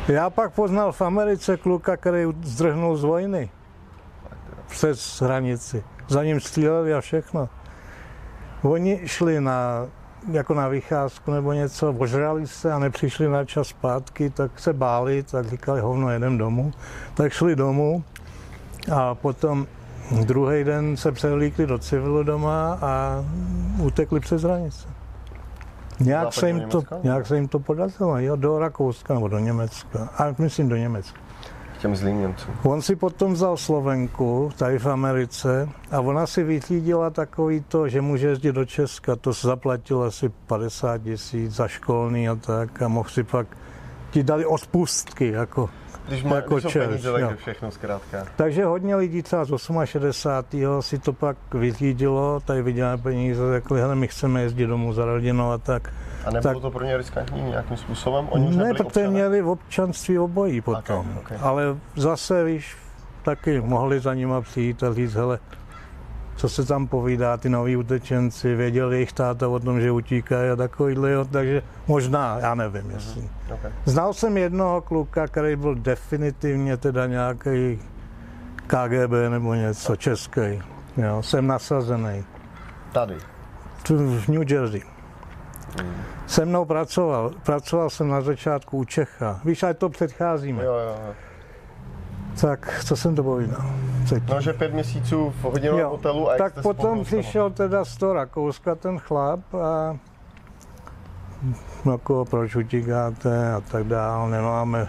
Já pak poznal v Americe kluka, který zdrhnul z vojny přes hranici. Za ním stříleli a všechno. Oni šli jako na vycházku nebo něco, ožrali se a nepřišli na čas zpátky, tak se báli, tak říkali, hovno, jedem domů. Tak šli domů a potom druhý den se převlíkli do civilu doma a utekli přes hranice. Nějak se jim to podařilo, jo, do Rakouska nebo do Německa, a myslím do Německa. Těm zlým Němcům. On si potom vzal Slovenku, tady v Americe, a ona si vyřídila takový to, že může jezdit do Česka, to se zaplatilo asi 50 000 za školný a tak, a mohl si pak, ti dali odpustky, jako když jsou peníze, takže všechno zkrátka. Takže hodně lidí třeba z 68. si to pak vyřídilo, tady vydělané peníze, řekli, hele, my chceme jezdit domů za rodinou a tak. A nebylo to pro ně riskantní nějakým způsobem? Oni už ne, protože měli v občanství obojí potom. Okay. Ale zase, víš, taky mohli za nima přijít a říct, hele, co se tam povídá, ty noví utečenci, věděli jejich táta o tom, že utíkají a takovýhle, jo, takže možná, já nevím, jestli. Okay. Znal jsem jednoho kluka, který byl definitivně teda nějaký KGB nebo něco, český, jo, jsem nasazený. Tady? V New Jersey. Se mnou pracoval jsem na začátku u Čecha, víš, ale to předcházíme. Jo. Tak, co jsem to povídal? No, že 5 měsíců v hodinovém hotelu a tak potom přišel teda z toho Rakouska ten chlap a jako, proč utíkáte a tak dál, nemáme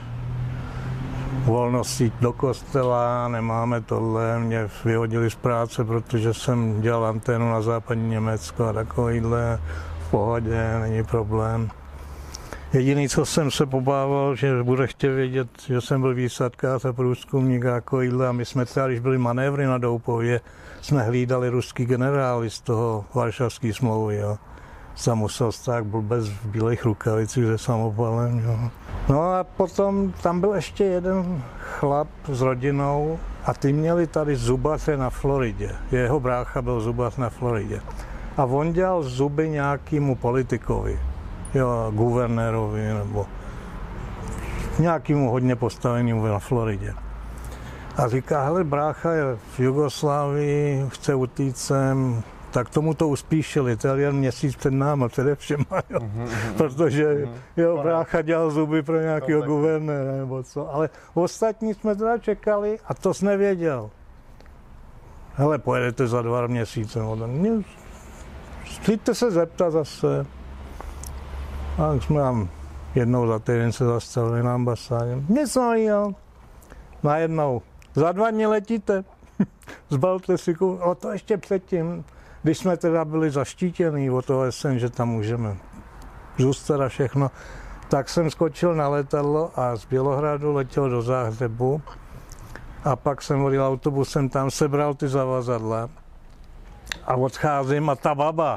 volnost jít do kostela, nemáme tohle, mě vyhodili z práce, protože jsem dělal anténu na západní Německo a takovýhle, v pohodě, není problém. Jediný, co jsem se pobával, že bude chtět vědět, že jsem byl výsadkář a průzkumník a takovýhle, a my jsme třeba, když byli manévry na Doupově, jsme hlídali ruský generály z toho Varšavské smlouvy, jo. Jsem musel stát blbec v bílých rukavicích se samopalem, jo. No a potom tam byl ještě jeden chlap s rodinou a ty měli tady zubaře na Floridě. Jeho brácha byl zubař na Floridě. A on dělal zuby nějakému politikovi. Jo, guvernérovi nebo nějakému hodně postavenému na Floridě. A říká, hele, brácha je v Jugoslávii, chce utíct sem, tak tomu to uspíšili, to je jen měsíc před náma, především, jo. Protože jeho brácha dělal zuby pro nějakého guvernéra nebo co. Ale ostatní jsme teda čekali a to jsi nevěděl. Hele, pojedete za 2 měsíce. Přijďte se zeptat zase. A jsme tam jednou za týden se zastavili na ambasádě. Nic novýho. Najednou. Za 2 dny letíte. Zbalte si o to ještě předtím, když jsme teda byli zaštítěný o toho SN, že tam můžeme zůstat a všechno, tak jsem skočil na letadlo a z Bělohradu letěl do Záhřebu a pak jsem odjel autobusem, tam sebral ty zavazadla a odcházím a ta baba.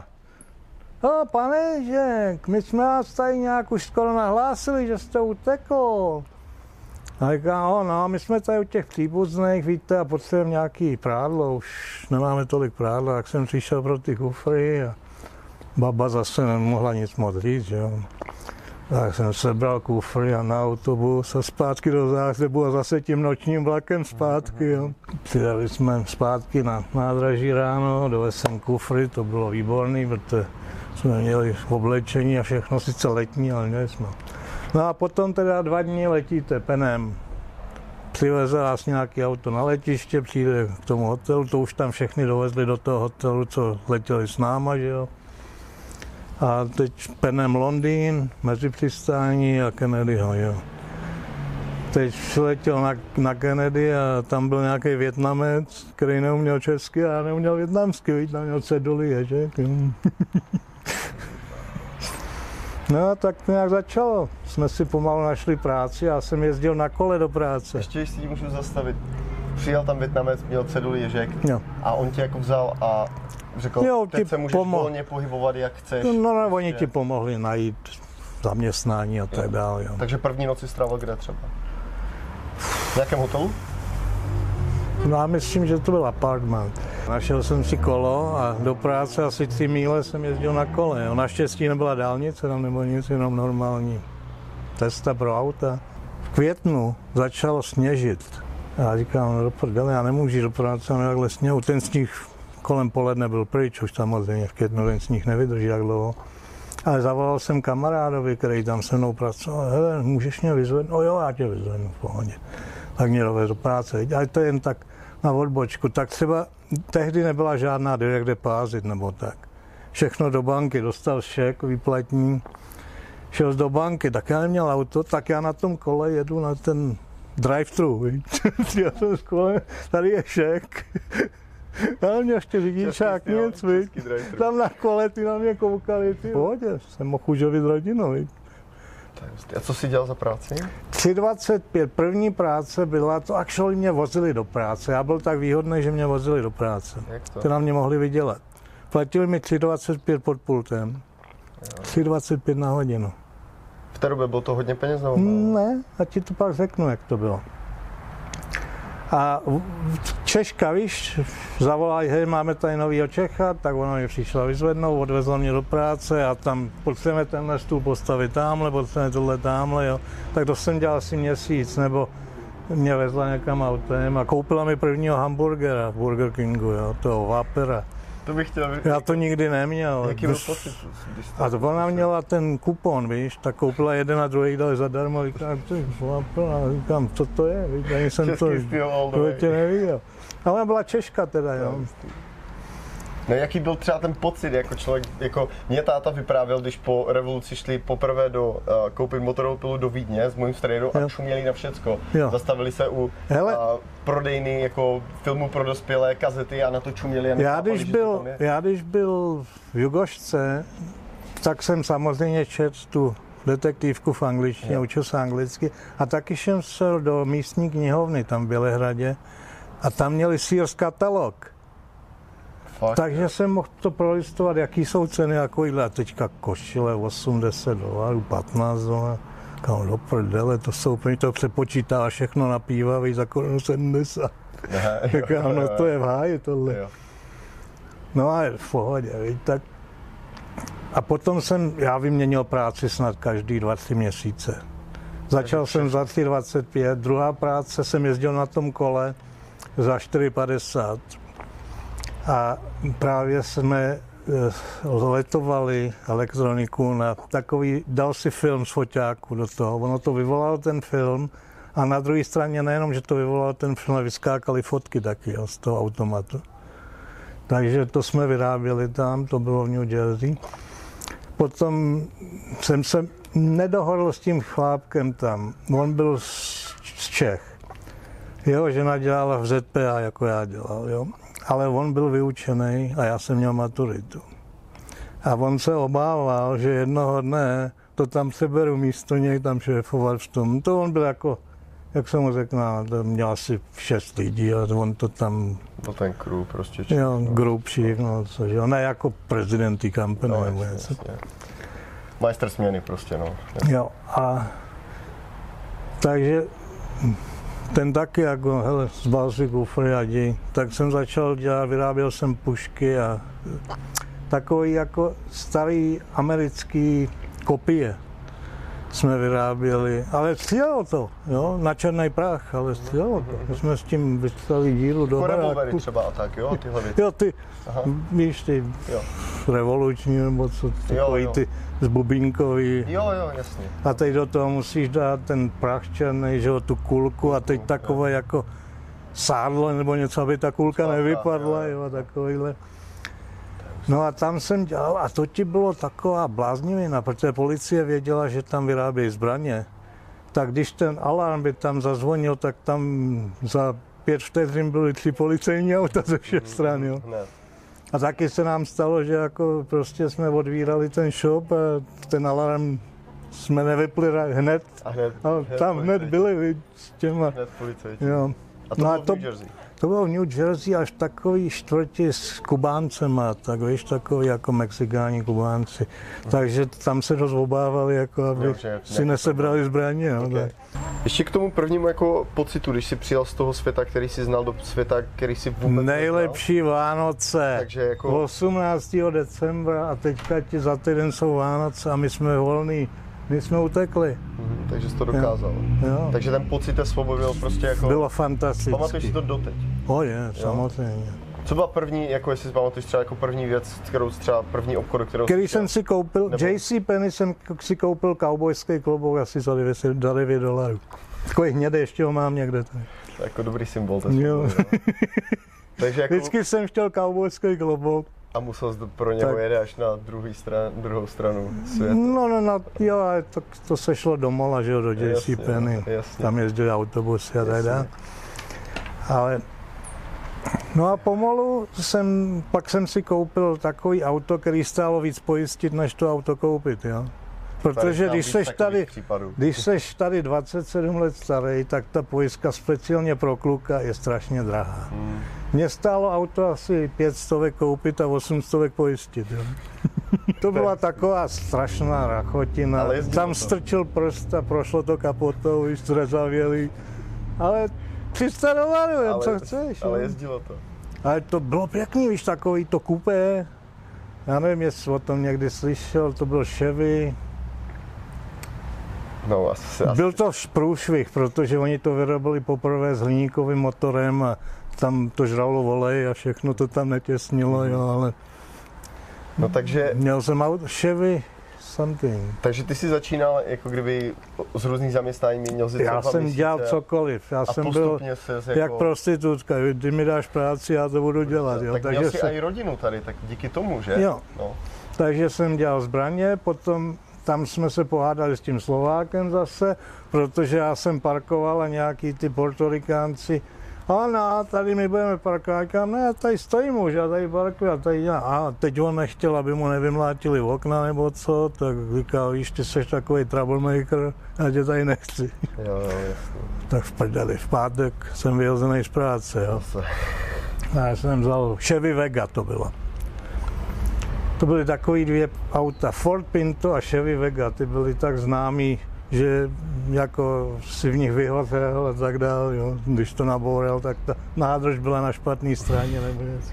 Pane Žek, my jsme vás tady nějak už skoro nahlásili, že jste utekl. A říká, no, my jsme tady u těch příbuzných, víte, a potřebujeme nějaký prádlo, už nemáme tolik prádla, tak jsem přišel pro ty kufry a baba zase nemohla nic moc říct, jo. Tak jsem sebral kufry a na autobus a zpátky do Záhřebu a zase tím nočním vlakem zpátky, jo. Přijeli jsme zpátky na nádraží ráno, dovez jsem kufry, to bylo výborný, protože jsme měli oblečení a všechno, sice letní, ale měli jsme. No a potom teda 2 dny letíte penem. Přiveze vás nějaký auto na letiště, přijde k tomu hotelu, to už tam všechny dovezli do toho hotelu, co letěli s náma, že jo. A teď penem Londýn, mezi přistání a Kennedyho, jo. Teď přiletěl na Kennedy a tam byl nějaký Vietnamec, který neuměl česky a já neuměl vietnamsky, víš, tam měl ceduly, že? No, tak nějak začalo. Jsme si pomalu našli práci, já jsem jezdil na kole do práce. Ještě jestli ti můžu zastavit. Přijel tam Vietnamec, měl ceduli Ježek a on tě jako vzal a řekl, jo, teď se můžeš volně pohybovat, jak chceš. No, oni ti pomohli najít zaměstnání a tak dále. Jo. Takže první noc si strávil kde třeba? V jakém hotelu? No a myslím, že to byl apartment. Našel jsem si kolo a do práce asi 3 míle jsem jezdil na kole. Naštěstí nebyla dálnice, tam nebylo nic, jenom normální cesta pro auta. V květnu začalo sněžit. Já říkám, no do prdele, já nemůžu do práce, no takhle sněhu. Ten sníh kolem poledne byl pryč, už samozřejmě v květnu ten sníh nevydrží tak dlouho. Ale zavolal jsem kamarádovi, který tam se mnou pracoval, hele, můžeš mě vyzvednout? No jo, já tě vyzvednu, v pohodě. Tak mě dovez do práce, ale to je jen tak na odbočku. Tak třeba tehdy nebyla žádná direct deposit nebo tak. Všechno do banky, dostal šek, výplatní, šel do banky, tak já neměl auto, tak já na tom kole jedu na ten drive-thru, já jsem z kole, tady je šek. Já měl ještě řidičák, nic, tam na kole ty na mě koukali, ty pohodě, jsem mohl uživit rodinu, viď. A co jsi dělal za práci? 3,25, první práce byla, to actually mě vozili do práce, já byl tak výhodný, že mě vozili do práce, ty na mě mohli vydělat. Platili mi 3,25 pod pultem, 3,25 na hodinu. V té době bylo to hodně peněz nebo? Ne, a ti to pak řeknu, jak to bylo. A Češka, víš, zavolají, hej, máme tady novýho Čecha, tak ona mi přišla vyzvednout, odvezla mě do práce a tam potřebujeme tenhle stůl postavit tamhle, potřebujeme tohle tamhle, jo. Tak to jsem dělal asi měsíc, nebo mě vezla někam autem a koupila mi prvního hamburgera v Burger Kingu, jo, toho Whoppera. To bych chtěl... Já to nikdy neměl. Jaký byl pocit? A to ona měla ten kupon, víš, tak koupila jeden a druhý dali zadarmo, říkám, co to je, víš, ani jsem to tě neviděl. A ona byla Češka teda, jo. No jaký byl třeba ten pocit jako člověk, jako mě táta vyprávěl, když po revoluci šli poprvé koupit motorovou pilu do Vídně s mojím strejdou a šuměli na všecko. Jo. Zastavili se u prodejny jako filmu pro dospělé, kazety a na to čuměli a nechápali, já když byl v Jugošce, tak jsem samozřejmě četl tu detektivku v angličtině, učil se anglicky a taky jsem šel do místní knihovny tam v Bělehradě a tam měli Sears katalog. Fakt, takže jsem mohl to prolistovat, jaký jsou ceny, takovýhle. A teďka košile $80, $15. Kam do prdele, to jsou, to přepočítá všechno na piva, víš, za korunu 70. Říkám, no to je v háji tohle. No a v pohodě, víš, tak. A potom já vyměnil práci snad každý 2-3 měsíce. Začal jsem za 3,25, druhá práce jsem jezdil na tom kole za 4,50. A právě jsme letovali elektroniku na takový, dal si film z foťáku do toho. Ono to vyvolalo ten film a na druhé straně nejenom, že to vyvolalo ten film, ale vyskákaly fotky taky, jo, z toho automatu. Takže to jsme vyráběli tam, to bylo v New Jersey. Potom jsem se nedohodl s tím chlápkem tam. On byl z Čech. Jeho žena dělala v ZPA, jako já dělal, jo. Ale on byl vyučený a já jsem měl maturitu. A on se obával, že jednoho dne to tam seberu místo něj tam šéfovat v tom. To on byl jako, jak jsem mu řekl, měl asi 6 lidí a on to tam... To ten crew prostě. Jo, group chief, no, cože, ne jako prezident té kampany. No, majster směny prostě, no. Jo, a takže ten taky jako, hele, zbal si kufry a jdi. Tak jsem začal dělat, vyráběl jsem pušky a takový jako starý americký kopie jsme vyráběli, ale střílelo to, jo, na černý prach, ale střílelo to. My jsme s tím vystavili dílu do baráku. Revolvery třeba a tak, jo, tyhle věci. Jo, ty, víš, ty revoluční nebo co, takový ty z bubínkový. Jo, jasně. A teď do toho musíš dát ten prach černý, že jo, tu kulku a teď takové jako sádlo nebo něco, aby ta kulka nevypadla, jo, takovýhle. No a tam jsem dělal a to ti bylo taková bláznivina, protože policie věděla, že tam vyrábějí zbraně. Tak když ten alarm by tam zazvonil, tak tam za 5 vteřin byly 3 policejní auta ze všech stran, jo. A taky se nám stalo, že jako prostě jsme odvírali ten shop a ten alarm jsme nevypli hned. A tam hned byli s těma. Hned policajti. Jo. A to bylo v New Jersey? To bylo v New Jersey až takový čtvrti s Kubáncema, tak víš, takový jako Mexikáni, Kubánci. Takže tam se dost obávali, jako aby si nesebrali zbraně. No, okay. Ještě k tomu prvnímu jako pocitu, když jsi přijel z toho světa, který jsi znal, do světa, který jsi vůbec nejlepší neznal. Vánoce. Takže jako... 18. decembra a teďka ti za týden jsou Vánoce a my jsme volný my jsme utekli. Takže jsi to dokázal. Jo. Takže ten pocit té svobody byl prostě jako... Bylo fantastické. Pamatuješ si to doteď? Samozřejmě. Co byla první, jako jestli si pamatuješ třeba jako první věc, kterou třeba první obchod, který jsem si koupil, nebo... JCPenney jsem si koupil kaubojský klobouk asi za $9. Takový hnědý, ještě ho mám někde. To je jako dobrý symbol. Takže jako... Vždycky jsem chtěl kaubojský klobouk. A musel jsi pro něho jede až na druhou stranu světa. No, jo, to se šlo do mola, že jo, do JCPenney. Tam jezdili autobusy a tak dále. Ale no a pomalu pak jsem si koupil takový auto, který stálo víc pojistit, než to auto koupit, jo. Protože když seš tady 27 let starý, tak ta pojistka speciálně pro kluka je strašně drahá. Mně stálo auto asi 500 koupit a 800 pojistit, jo. To byla taková strašná rachotina. Tam strčil prst a prošlo to kapotou, víš, zrezavělý. Ale $300, co chceš. Ale jezdilo to. Ale to bylo pěkný, víš, takový to kupé. Já nevím, jestli o tom někdy slyšel, to byl Chevy. No, asi. Byl to průšvih, protože oni to vyrobili poprvé s hliníkovým motorem a tam to žralo volej a všechno to tam netěsnilo, jo, ale... No takže... Měl jsem auto Chevy something. Takže ty jsi začínal jako kdyby z různých zaměstnání, měl jsi Já jsem dělal cokoliv, já jsem byl jak prostitutka, ty mi dáš práci, já to budu dělat, jo. Tak měl jsi i rodinu tady, tak díky tomu, že? Jo, no. Takže jsem dělal zbraně, potom tam jsme se pohádali s tím Slovákem zase, protože já jsem parkoval a nějaký ty Portorikánci, tady my budeme parkovat, říkám, ne, tady stojím už, já tady parkuju, a tady já. A teď on nechtěl, aby mu nevymlátili v okna nebo co, tak říkal, víš, ty jsi takový troublemaker, já tě tady nechci. Jo, jasně. Tak v pátek jsem vyhozený z práce, jo. A já jsem vzal Chevy Vega, to bylo. To byly takový dvě auta, Ford Pinto a Chevy Vega, ty byly tak známý, že jako si v nich vyhořel a tak dále, jo. Když to naboural, tak ta nádrž byla na špatné straně nebo něco.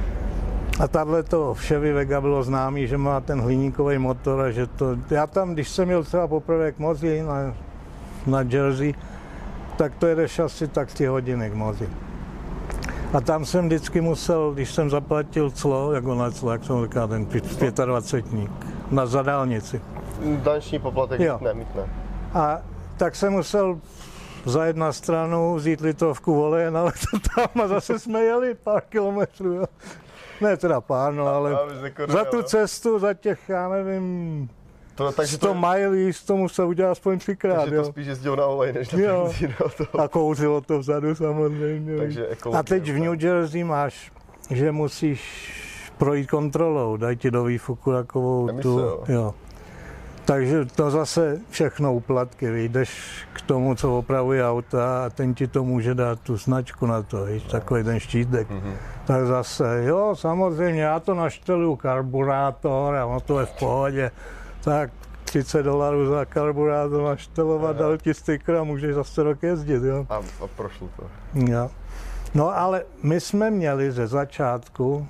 A tato Chevy Vega bylo známý, že má ten hliníkový motor a že to... Já tam, když jsem jel třeba poprvé k moři na Jersey, tak to jedeš asi tak 3 hodiny k moři. A tam jsem vždycky musel, když jsem zaplatil clo, jak jsem říkal, ten 25ník, za dálnici. Dálniční poplatek, mítné. A tak jsem musel zajet na stranu, vzít litrovku volen, ale to tam a zase jsme jeli pár kilometrů. Jo. Ne teda pár, no, ale za tu cestu, za těch, já nevím, 100 milí, to musel udělat aspoň 3krát. Takže to spíš jezdil na olej, než na benzín. A kouřilo to vzadu samozřejmě. Takže a teď v New Jersey máš, že musíš projít kontrolou, dají ti do výfuku takovou jo. Takže to zase všechno úplatky, vyjdeš k tomu, co opravuje auta a ten ti to může dát tu značku na to, víš, takový ten štítek. Tak zase, jo, samozřejmě, já to našteluju karburátor a ono to je v pohodě. Tak $30 za karburátor naštelovat, dal ti sticker a můžeš zase rok jezdit, jo. A prošlo to. Jo. No ale my jsme měli ze začátku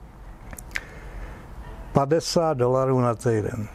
$50 na týden.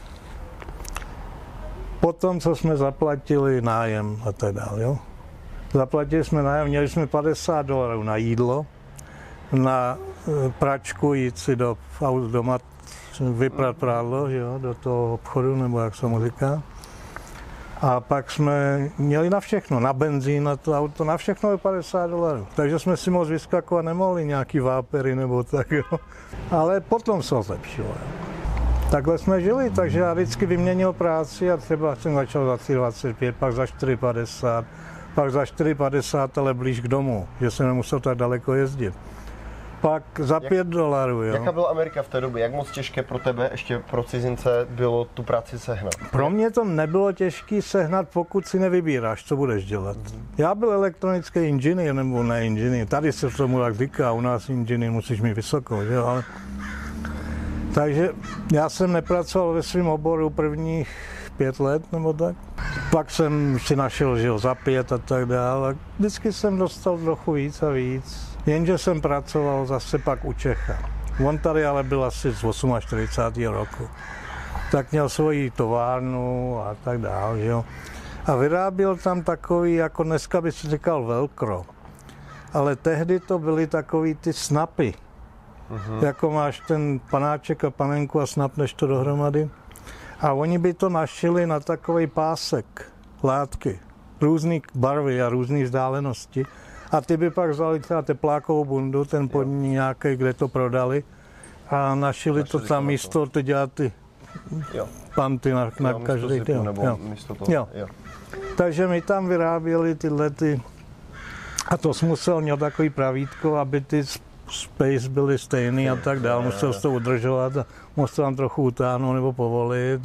Potom, co jsme zaplatili nájem a tak dále, jo. Zaplatili jsme nájem, měli jsme $50 na jídlo, na pračku, jít si doma vyprat prádlo, jo, do toho obchodu, nebo jak se mu říká. A pak jsme měli na všechno, na benzín, na to auto, na všechno je $50. Takže jsme si moc vyskakovat nemohli, nějaký vápery nebo tak, jo. Ale potom se zlepšilo, jo. Takhle jsme žili, takže já vždycky vyměnil práci a třeba jsem začal za 3,25, pak za 4,50, pak za 4,50, ale blíž k domu, že jsem nemusel tak daleko jezdit. Pak za $5, jo. Jaká byla Amerika v té době? Jak moc těžké pro tebe, ještě pro cizince, bylo tu práci sehnat? Pro mě to nebylo těžké sehnat, pokud si nevybíráš, co budeš dělat. Já byl elektronický inženýr, nebo ne inženýr, tady se tomu tak říká, u nás inženýr musíš mít vysokou, že jo, ale... Takže já jsem nepracoval ve svém oboru prvních 5 let nebo tak. Pak jsem si našel, že jo, za 5 a tak dále. Vždycky jsem dostal trochu víc a víc. Jenže jsem pracoval zase pak u Čecha. On tady ale byl asi z 48. roku. tak měl svoji továrnu a tak dále, jo. A vyráběl tam takový, jako dneska by si říkal velcro. Ale tehdy to byly takový ty snapy. Jako máš ten panáček a panenku a snapneš to dohromady. A oni by to našili na takový pásek, látky, různý barvy a různé vzdálenosti. A ty by pak vzali třeba teplákovou bundu, ten podnik nějaký, kde to prodali. A našili to tam místo, to dělat ty panty na každý. Jo. Takže my tam vyráběli tyhle ty, a to jsi musel mít takový pravítko, aby ty space byly stejný a tak dál. Musel se to udržovat a musel tam trochu utáhnout nebo povolit.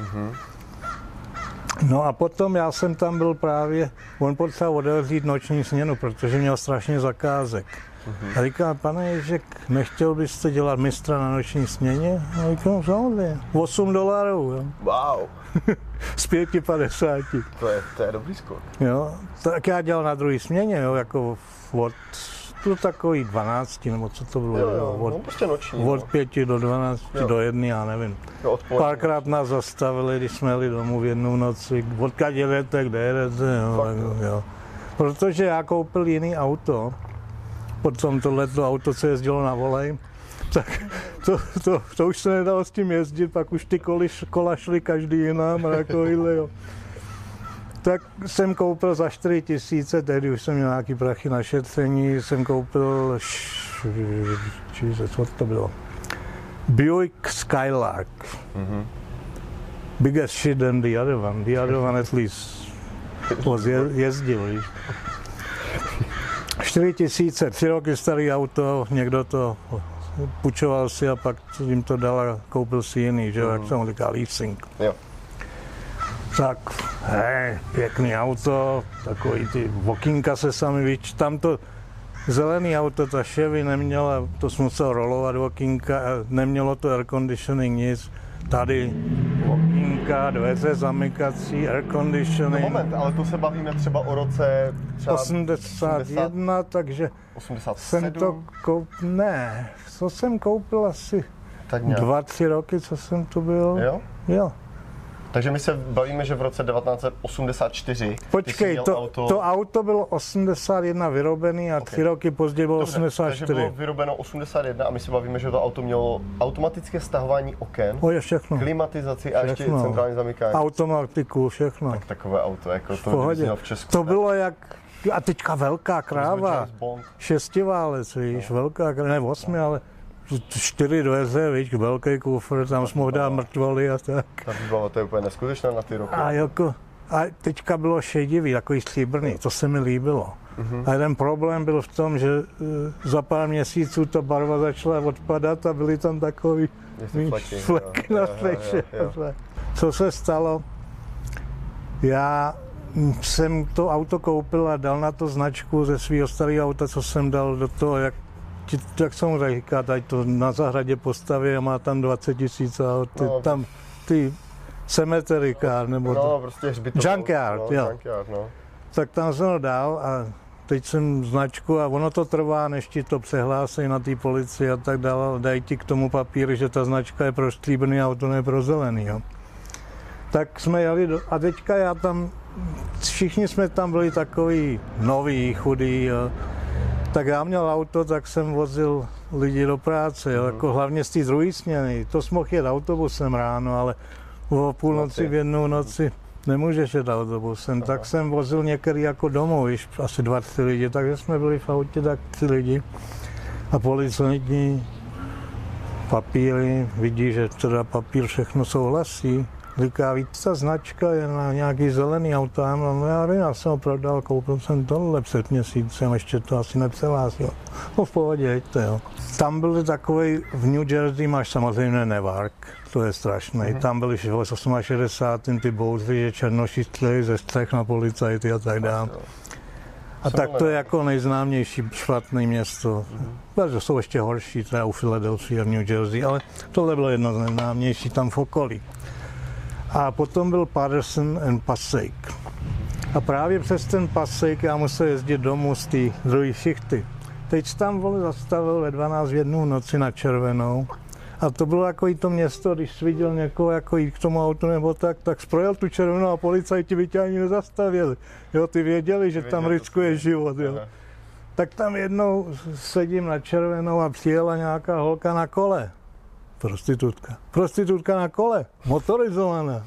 No a potom já jsem tam byl právě, on potřeboval odevřít noční směnu, protože měl strašně zakázek. A říká, pane Ježek, nechtěl byste dělat mistra na noční směně? A říkám, samozřejmě, $8. Jo. Wow. Z 5,50. To je dobrý skok. Jo, tak já dělal na druhé směně, jo, jako od to takový 12, nebo co to bylo, no, prostě noční, od 5 do 12, do 1, já nevím. Párkrát nás zastavili, když jsme jeli domů v jednu noci, odkud jedete, kde jedete, jo. Protože já koupil jiný auto, potom tohleto auto, co jezdilo na volej, tak to už se nedalo s tím jezdit, pak už ty kola šly každý jinam a takovýhle, jo. Tak jsem koupil za 4 000, tehdy už jsem měl nějaký prachy na šetření, jsem koupil, co to bylo, Buick Skylark. Biggest shit than the other one. The other one at least jezdil, víš. 4 000, 3 roky starý auto, někdo to půjčoval si a pak jim to dal a koupil si jiný, že jak se mu říká leasing. Jo. Tak, pěkný auto, takový ty okýnka se sami víč, tam to zelený auto, ta Chevy neměla, to jsme musel rolovat okýnka, nemělo to air conditioning, nic. Tady okýnka, dveře zamykací, air conditioning. No moment, ale to se bavíme třeba o roce třeba 81, takže 87? jsem to co jsem koupil asi 2-3 roky, co jsem tu byl. Jo. Takže my se bavíme, že v roce 1984 Počkej, to auto bylo 81 vyrobený a 3 roky později bylo 84. Takže bylo vyrobeno 81 a my se bavíme, že to auto mělo automatické stahování oken, klimatizaci a ještě centrální zamykání. Automatiku, všechno. Tak takové auto, jako to měl v Česku. To bylo jak, a teďka velká kráva, 6válec, víš, velká kráva, ne 8, ale 4 dveře, víš, velký kufr, tam jsme mohl dát mrtvoly a tak. Ta výbava, to je úplně neskutečná na ty roky. A teďka bylo šedivý, takový stříbrný, to se mi líbilo. A jeden problém byl v tom, že za pár měsíců ta barva začala odpadat a byly tam takový fleky na střeše. Co se stalo? Já jsem to auto koupil a dal na to značku ze svého starého auta, co jsem dal do toho, jak jsem mu říká, tady to na zahradě postaví a má tam 20 000 aut, tam ty cemetery car, nebo prostě junkyard, Tak tam jsem ho dal a teď jsem značku a ono to trvá, než ti to přehlásí na té policii a tak dále, dají ti k tomu papír, že ta značka je pro stříbrný auto, ne pro zelený, jo. Tak jsme jeli a teďka já tam, všichni jsme tam byli takový noví, chudí, jo. Tak já měl auto, tak jsem vozil lidi do práce, jo, jako hlavně z té druhé směny. To jsme mohl jet autobusem ráno, ale o půlnoci v jednu noci nemůžeš jet autobusem. Tak jsem vozil některý jako domů, víš, asi 2-3 lidi, takže jsme byli v autě tak 3 lidi. A policajti, papíry, vidí, že teda papír všechno souhlasí. Říká, víc, ta značka je na nějaký zelený auto. No já jsem ho prodal, koupil jsem tohle před měsícem, ještě to asi nepřehlásil. No v pohodě, jeďte, jo. Tam byly takový, v New Jersey máš samozřejmě Newark, to je strašný. Tam byly v 68. ty bouři, že černoši střelili ze střech na policajty a tak dále. A tak to je jako nejznámější špatné město. Takže jsou ještě horší, třeba u Philadelphia v New Jersey, ale tohle bylo jedno z nejznámějších tam v okolí. A potom byl Patterson and Passaic. A právě přes ten Passaic já musel jezdit domů z té druhé šichty. Teď tam zastavil ve 12 v jednu noci na červenou A to bylo jako i to město, když jsi viděl někoho jako jít k tomu autu nebo tak projel tu červenou a policajti by tě ani nezastavili. Jo, ty věděli, že tam riskuješ život, jo. Tak tam jednou sedím na červenou a přijela nějaká holka na kole. Prostitutka na kole, motorizovaná.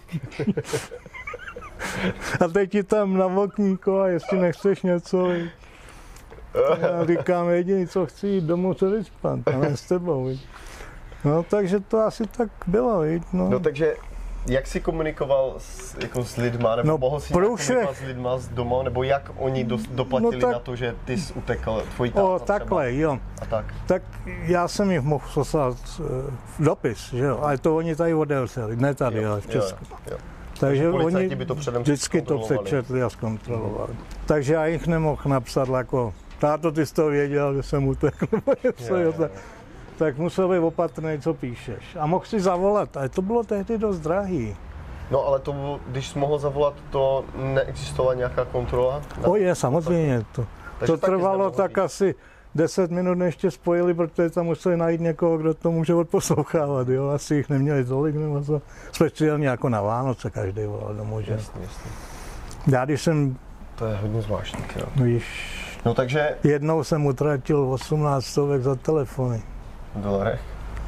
A teď ti tam na okníko a jestli nechceš něco, já říkám, jediný, co chci jít domů se vyspat, a ne s tebou, viď. No, takže to asi tak bylo, viď, no. No, takže jak jsi komunikoval s lidma, nebo mohl jsi komunikovat s lidma z doma, nebo jak oni doplatili na to, že ty jsi utekl, tvojí táta takhle, třeba. Jo. A tak. Tak já jsem jich mohl poslat dopis, že jo, ale to oni tady odevřeli, ne tady, ale v Česku. Jo. Takže oni by to vždycky to přečetli a zkontrolovali. Takže já jich nemohl napsat jako, táto, ty jsi to věděl, že jsem utekl, tak musel být opatrný, co píšeš. A mohl si zavolat, ale to bylo tehdy dost drahý. No ale to, když jsi mohl zavolat, to neexistovala nějaká kontrola? Samozřejmě. To trvalo tak asi 10 minut, než tě spojili, protože tam museli najít někoho, kdo to může odposlouchávat, jo. Asi jich neměli tolik, nebo co. Speciálně jako na Vánoce každý volal domů, že? Jasně. Já když jsem... To je hodně zvláštní, jo. Víš, no takže... Jednou jsem utratil 18 stovek za telefony. V dolarech?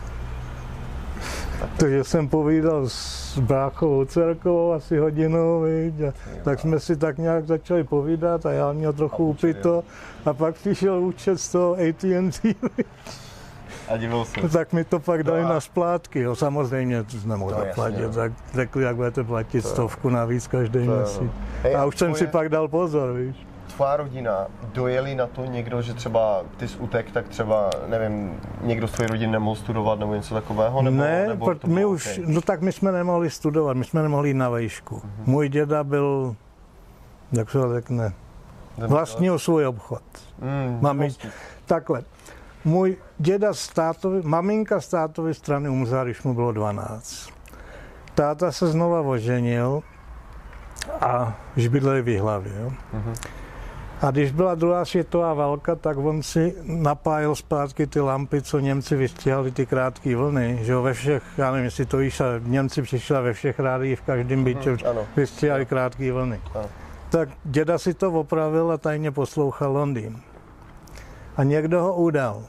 Takže jsem povídal s bráchovou dcerkou asi hodinu, viď, a tak jsme si tak nějak začali povídat a já měl trochu upito a pak přišel účet z toho AT&T. A divil se. Tak mi to pak dali na splátky, jo, samozřejmě to nemohl zaplatit, tak řekli, jak budete platit 100 navíc každý měsíc. A už jsem si pak dal pozor, víš. Tvá rodina, dojeli na to někdo, že třeba ty jsi utek, tak třeba, nevím, někdo z tvojí rodiny nemohl studovat nebo něco takového? Nebo my už, okay? No tak my jsme nemohli studovat, my jsme nemohli jít na vejšku. Můj děda byl, jak se řekne, vlastnil svůj obchod. Takhle, můj děda maminka z tátovy strany umřela, když mu bylo 12. Táta se znova oženil a už bydleli v Jihlavě, jo. A když byla druhá světová válka, tak on si napájel zpátky ty lampy, co Němci vystřihali ty krátké vlny, že jo, ve všech, já nevím, jestli to víš, ale Němci přišli ve všech rádiích, v každém bytě vystřihali krátké vlny. Ano. Tak děda si to opravil a tajně poslouchal Londýn. A někdo ho udal.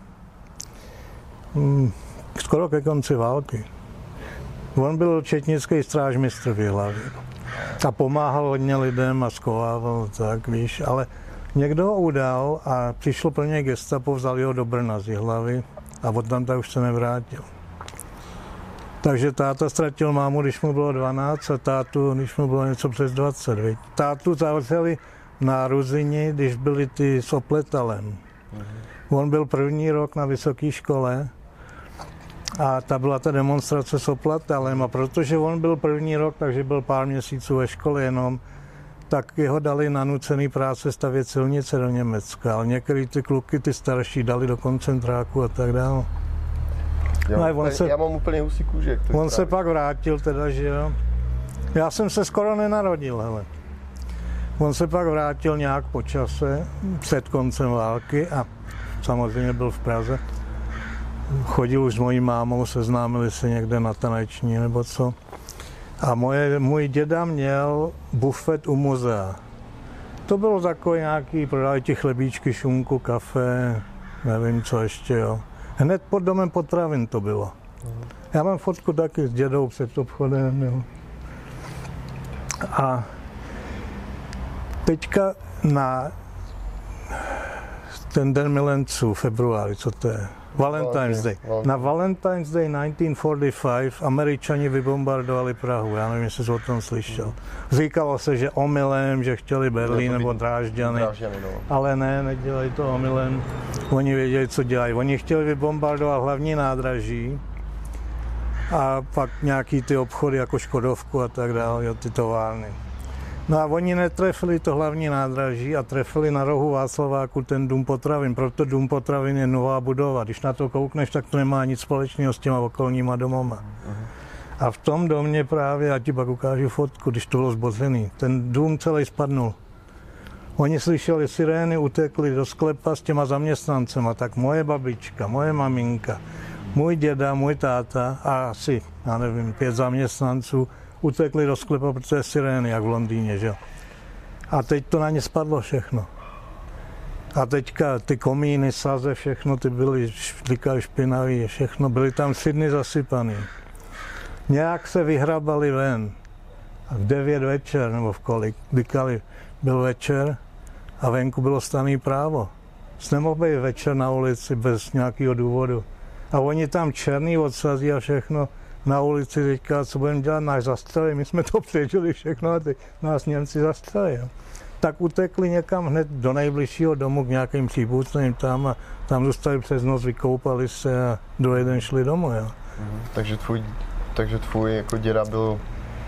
Skoro ke konci války. On byl četnický strážmistr v Jihlavě. A pomáhal hodně lidem a schovával, tak víš, ale někdo ho udal a přišlo pro něj gestapo, vzali ho do Brna z Jihlavy a odtamtud už se nevrátil. Takže táta ztratil mámu, když mu bylo 12 a tátu, když mu bylo něco přes 20, víš. Tátu zavřeli na Ruzini, když byli ty s Opletalem. On byl první rok na vysoké škole a ta byla ta demonstrace s Opletalem a protože on byl první rok, takže byl pár měsíců ve škole jenom, tak jeho dali na nucený práce stavět silnice do Německa, ale některý ty kluky, ty starší, dali do koncentráku a tak dále. Já mám úplně husí kůži. On se pak vrátil teda, že jo. Já jsem se skoro nenarodil, hele. On se pak vrátil nějak po čase, před koncem války a samozřejmě byl v Praze. Chodil už s mojí mámou, seznámili se někde na taneční nebo co. A můj děda měl bufet u muzea. To bylo takové nějaký, prodali ti chlebíčky, šunku, kafe, nevím co ještě, jo. Hned pod domem potravin to bylo. Já mám fotku taky s dědou před obchodem, jo. A teďka na ten den milenců, februári, co to je? Valentine's Day. Na Valentine's Day 1945 Američani vybombardovali Prahu. Já nevím, jestli jsi o tom slyšel. Říkalo se, že omylem, že chtěli Berlín nebo Drážďany. Ale ne, nedělají to omylem. Oni věděli, co dělají. Oni chtěli vybombardovat hlavní nádraží a pak nějaký ty obchody jako Škodovku a tak dále, ty továrny. No a oni netrefili to hlavní nádraží a trefili na rohu Václaváku ten dům potravin. Proto dům potravin je nová budova. Když na to koukneš, tak to nemá nic společného s těma okolníma domama. A v tom domě právě, já ti pak ukážu fotku, když to bylo zbořený, ten dům celý spadnul. Oni slyšeli sirény, utekli do sklepa s těma zaměstnancema, tak moje babička, moje maminka, Můj děda, můj táta a asi, já nevím, 5 zaměstnanců utekli do sklepa, protože je sirény, jak v Londýně, že jo. A teď to na ně spadlo všechno. A teďka ty komíny, saze, všechno, ty byly špinavý, všechno, byly tam Sydney zasypaný. Nějak se vyhrabali ven. A v 9 večer, nebo v kolik, kdykoliv byl večer a venku bylo stanný právo. Nemohl být večer na ulici bez nějakého důvodu. A oni tam černý odsazí a všechno na ulici říká, co budeme dělat, náš zastrelí. My jsme to přežili všechno a teď nás Němci zastrelí. Tak utekli někam hned do nejbližšího domu k nějakým příbuzním tam a tam zůstali přes noc, vykoupali se a do jeden šli domů. Jo. Takže tvůj jako děda byl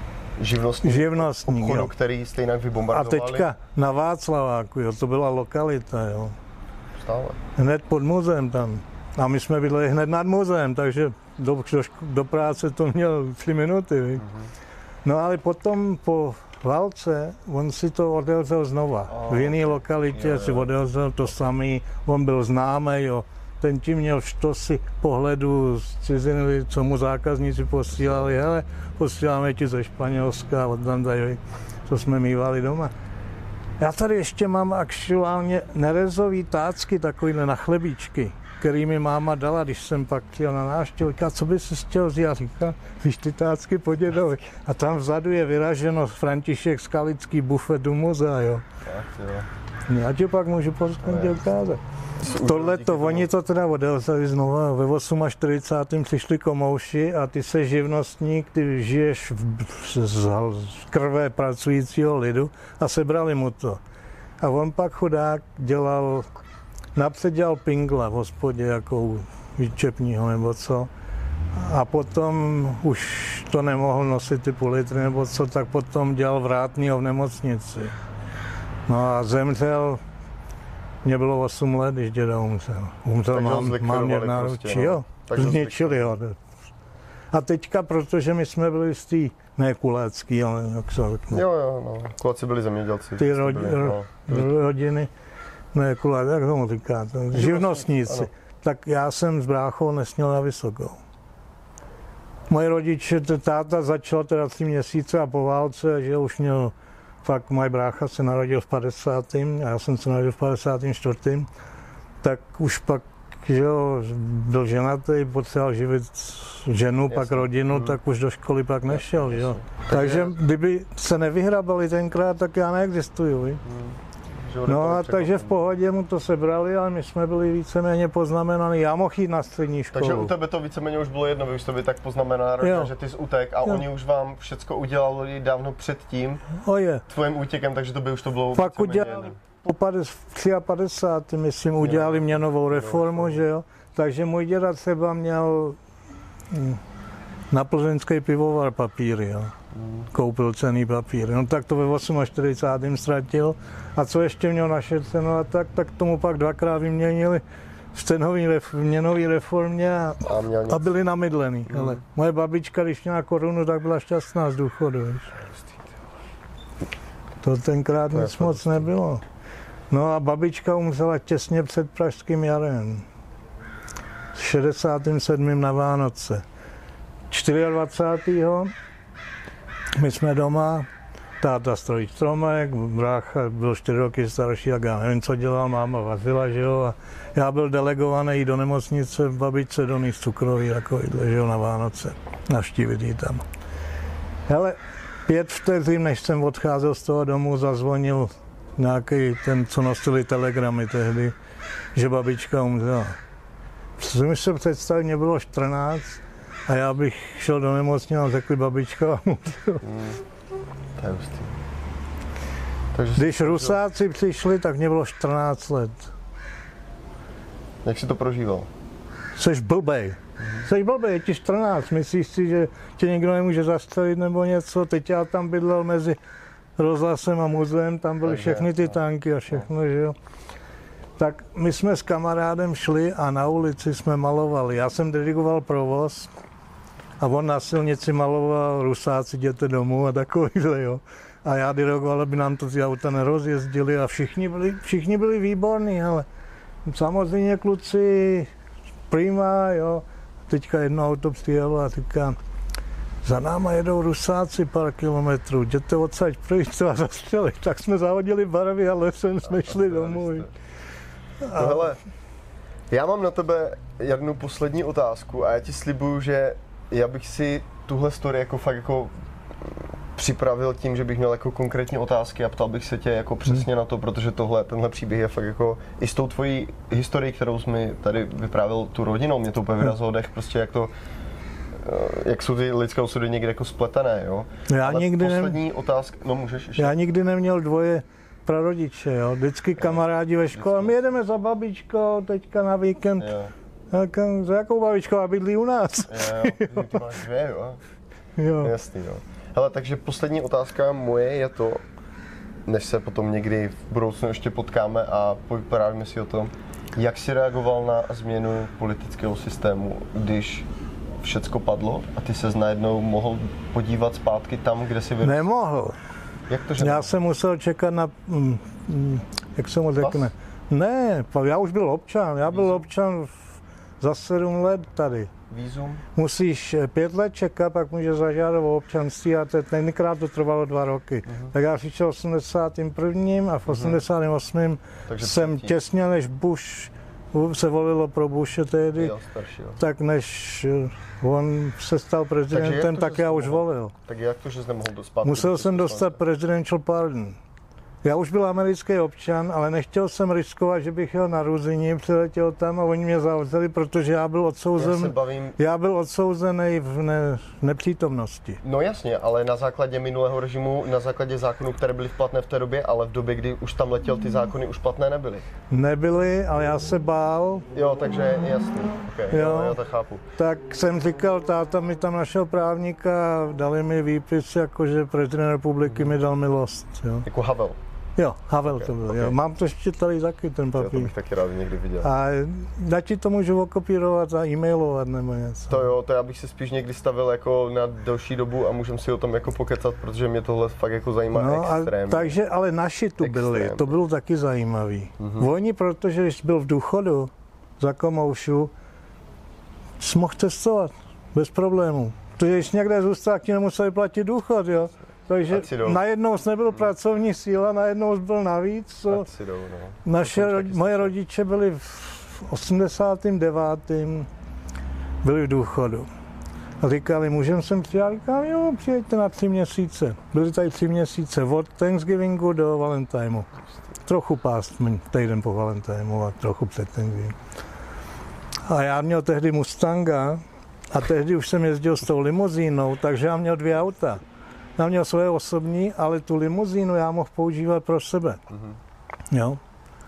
živnostník obchodu, který jste jinak vybombardovali? A teďka na Václaváku, jo, to byla lokalita. Jo. Stále. Hned pod muzeem tam. A my jsme bydleli hned nad muzeem, takže do práce to mělo 3 minuty. No ale potom po válce, on si to odevřel znova. V jiné lokalitě si odevřel to samý, on byl známý, jo. Ten tím měl štosy pohledu z ciziny, co mu zákazníci posílali. Hele, posíláme ti ze Španělska, od tam tady, co jsme mívali doma. Já tady ještě mám aktuálně nerezový tácky, takovýhle na chlebíčky, který mi máma dala, když jsem pak přijel na návštěvu. Říká, co by si chtěl vzít? Já říkám, víš ty tácky po dědovi. A tam vzadu je vyraženo František Skalický bufet du muzea, jo. Já ti pak můžu poskutně ukázat. Tohleto, oni to teda odevzali znova. Ve 48. přišli komouši a ty se živnostník, ty žiješ z krve pracujícího lidu a sebrali mu to. A on pak chudák napřed dělal pingla v hospodě, jako výčepního nebo co. A potom už to nemohl nosit ty půl litry nebo co, tak potom dělal vrátnýho v nemocnici. No a zemřel, mě bylo 8 let, když děda umřel. Umřel mám mě v náručí, jo. Zničili ho. A teďka, protože my jsme byli z té, ne kulácký, ale jak se řekne. Jo, no. Kuláci byli zemědělci. Ty rodiny, ne kuláci, jak tomu říkáte, živnostníci. Ano. Tak já jsem s bráchou nesměl na Vysokou. Moje rodiče, táta začal teda 3 měsíce a po válce, že už měl, fakt můj brácha se narodil v 50. a já jsem se narodil v 54. Tak už pak, že jo, byl ženatý, potřeboval živit ženu, jasně, pak rodinu, tak už do školy pak nešel, že jo. Takže kdyby se nevyhrabali tenkrát, tak já neexistuju, No a takže v pohodě mu to sebrali, ale my jsme byli víceméně poznamenaný. Já mohl jít na střední školu. Takže u tebe to víceméně už bylo jedno, vy už jste byli tak poznamenaný, že ty jsi utek a oni už vám všecko udělali dávno před tím tvojím útěkem, takže to by už to bylo pak udělali po 53, myslím, udělali měnovou reformu, že jo. Takže můj děda třeba měl na plzeňský pivovar papíry, jo. Koupil cenný papír. No tak to ve 48. ztratil. A co ještě měl našetřeno, tak tomu pak 2krát vyměnili v měnové reformě a byli namydlený. Ale moje babička, když měla korunu, tak byla šťastná z důchodu. To tenkrát nic moc nebylo. No a babička umřela těsně před Pražským jarem. 67. na Vánoce. 24. my jsme doma, táta strojí stromek, brácha byl 4 roky starší, tak já nevím, co dělal, máma vařila, že jo, a já byl delegovaný do nemocnice babičce donést cukroví, takovýhle, že jo, na Vánoce, navštívit jí tam. Hele, 5 vteřin, než jsem odcházel z toho domu, zazvonil nějaký ten, co nosili telegramy tehdy, že babička umřela. Musím si představit, mě bylo 14 a já bych šel do nemocnice a řekli babička a umřela. To je hustý. Když Rusáci přišli, tak mě bylo 14 let. Jak jsi to prožíval? Jseš blbej. Jseš blbej, je ti 14. Myslíš si, že tě někdo nemůže zastřelit nebo něco? Teď já tam bydlel mezi rozhlasem a muzeem, tam byly všechny ty tanky a všechno, že jo. Tak my jsme s kamarádem šli a na ulici jsme malovali. Já jsem dirigoval provoz a on na silnici maloval Rusáci, jděte domů a takovýhle, jo. A já dirigoval, aby nám to ty auta nerozjezdili a všichni byli výborní, ale samozřejmě kluci prima, jo. teďka jedno auto přijelo a říká, za náma jedou Rusáci pár kilometrů, jděte odsaď pryč a zastřelit. Tak jsme zahodili barvy a lesem jsme šli domů. No hele, já mám na tebe jednu poslední otázku a já ti slibuju, že já bych si tuhle story jako fakt jako připravil tím, že bych měl jako konkrétní otázky a ptal bych se tě jako přesně na to, protože tenhle příběh je fakt jako i s tou tvojí historií, kterou jsi mi tady vyprávěl tu rodinou, mě to úplně vyrazilo dech, prostě jak jsou ty lidské osudy někde jako spletené, jo. Poslední otázka, no můžeš ještě. Já nikdy neměl dvoje prarodiče, jo. Vždycky kamarádi ve škole, my jedeme za babičkou teďka na víkend. Za jakou babičkou a bydlí u nás? Jo, ty máš dvě, jo. Jasný, jo. Hele, takže poslední otázka moje je to, než se potom někdy v budoucnu ještě potkáme a povyprávíme si o tom, jak jsi reagoval na změnu politického systému, když všecko padlo a ty ses najednou mohl podívat zpátky tam, kde jsi vyrostl? Nemohl. Jak to, že já jsem musel čekat na, jak se mu řekne, ne, já už byl občan, byl občan za 7 let tady. Vízum? Musíš 5 let čekat, pak můžeš zažádat o občanství a tenkrát to trvalo 2 roky. Tak já přišel v 81. a v 88. jsem těsně než Bush se volilo pro Bushe tehdy, tak než on se stal prezidentem, tak já už volil. Tak jak to, že jsi nemohl dostat? Musel jsem dostat presidential pardon. Já už byl americký občan, ale nechtěl jsem riskovat, že bych jel na Ruzini, přiletěl tam a oni mě zavřeli, protože já byl odsouzený v nepřítomnosti. No jasně, ale na základě minulého režimu, na základě zákonů, které byly platné v té době, ale v době, kdy už tam letěl, ty zákony už platné nebyly. Nebyly, ale já se bál. Jo, takže jasný, okay, jo, já to chápu. Tak jsem říkal, táta mi tam našel právníka a dali mi výpis, jakože prezident republiky mi dal milost. Jo. Jako Havel. Jo, Havel to byl. Jo. Mám to ještě tady taky, ten papír. To bych taky rád někdy viděl. A já ti to můžu okopírovat a e-mailovat nebo něco. To jo, to já bych se spíš někdy stavil jako na delší dobu a můžeme si o tom jako pokecat, protože mě tohle fakt jako zajímá extrémně. Takže, ale naši tu byli, to bylo taky zajímavý. Oni, protože když byl v důchodu za Komoušu, jsi mohl cestovat bez problémů. Protože když někde zůstal, tak ti nemuseli platit důchod, jo. Takže najednou jsi nebyl pracovní síla, najednou jsi byl navíc. Moje rodiče byli v 89. byli v důchodu. A říkali, můžeme sem přijít? Já říkám, jo, přijeďte na 3 měsíce. Byli tady 3 měsíce od Thanksgivingu do Valentineu. Trochu pást týden po Valentineu a trochu před Thanksgiving. A já měl tehdy Mustanga a tehdy už jsem jezdil s tou limuzínou, takže já měl 2 auta. Já měl svoje osobní, ale tu limuzínu já mohl používat pro sebe. Jo.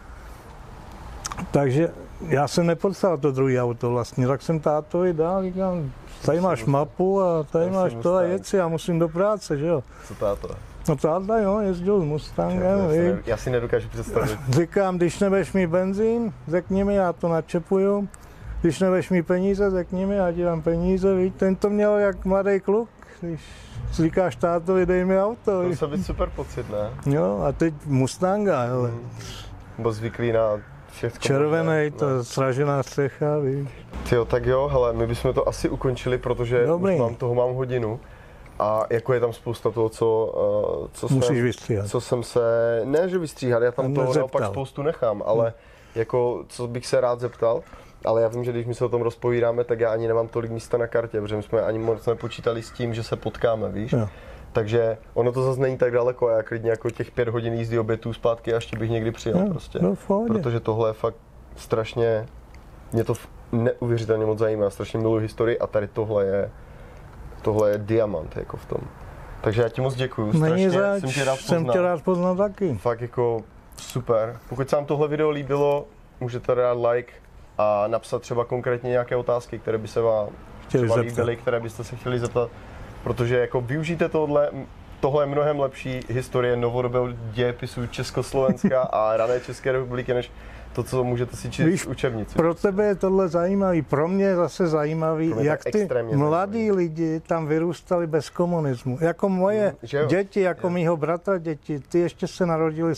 Takže já jsem nepotřeboval to druhé auto vlastně, tak jsem tátovi dal, říkám, tady máš mapu a tady máš to a jet si, já musím do práce, že jo. Co táto? No táta jo, jezdil s Mustangem. Já si nedokážu představit. Říkám, když nebudeš mít benzín, řekni mi, já to načepuju. Když nebudeš mít peníze, řekni mi, já ti dám peníze, víš. Ten to měl jak mladý kluk, když říkáš tátovi, dej mi auto. To musel být super pocit, ne? Jo, a teď Mustanga, hele. Byl zvyklý na všechno. Červený, to sražená střecha, víš. Tyjo, tak jo, hele, my bychom to asi ukončili, protože už mám hodinu. A jako je tam spousta toho, co jsem se, ne že vystříhat, já tam toho naopak spoustu nechám, ale jako, co bych se rád zeptal, ale já vím, že když my se o tom rozpovídáme, tak já ani nemám tolik místa na kartě, protože my jsme ani moc nepočítali s tím, že se potkáme, víš? Jo. Takže ono to zase není tak daleko a já klidně jako těch 5 hodin jízdy obětů zpátky ještě bych někdy přijel prostě. Protože tohle je fakt strašně, mě to neuvěřitelně moc zajímá, strašně miluji historii a tady tohle je diamant jako v tom. Takže já ti moc děkuju, strašně jsem tě rád poznal taky. Fakt jako super. Pokud se vám tohle video líbilo, můžete dát like a napsat třeba konkrétně nějaké otázky, které by se vám třeba líbily, které byste se chtěli zeptat. Protože jako využijte tohle je mnohem lepší historie novodobého dějepisu Československa a rané České republiky, než to, co můžete si číst v učebnici. Pro tebe je tohle zajímavý, pro mě je zase zajímavý, jak ty mladí lidi tam vyrůstali bez komunismu. Jako moje děti, jako mýho bratra děti, ty ještě se narodili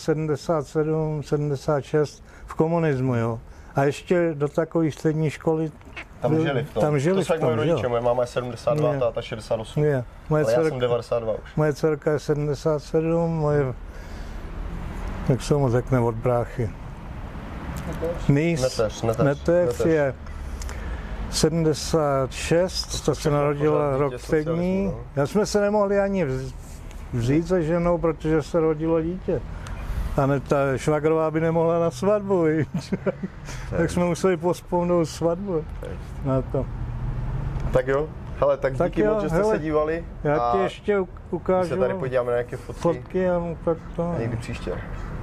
77, 76 v komunismu, jo. A ještě do takové střední školy Tam žili v tom. Tam žili to jsou jak moje rodiče, moje máma je 72, táta 68. Je. Ale já jsem 92 už. Moje dcerka je 77, moje, jak se mu řekne od bráchy. Neteř je 76, to se narodila rok před ní. No. Já jsme se nemohli ani vzít se ženou, protože se rodilo dítě. A ne, ta švagrová by nemohla na svatbu, tak jsme museli pospomnout svatbu na to. Tak jo, hele, tak díky moc, že jste se dívali. Já ti ještě ukážu. My se tady podíváme na nějaké fotky. A tak to. A někdy příště.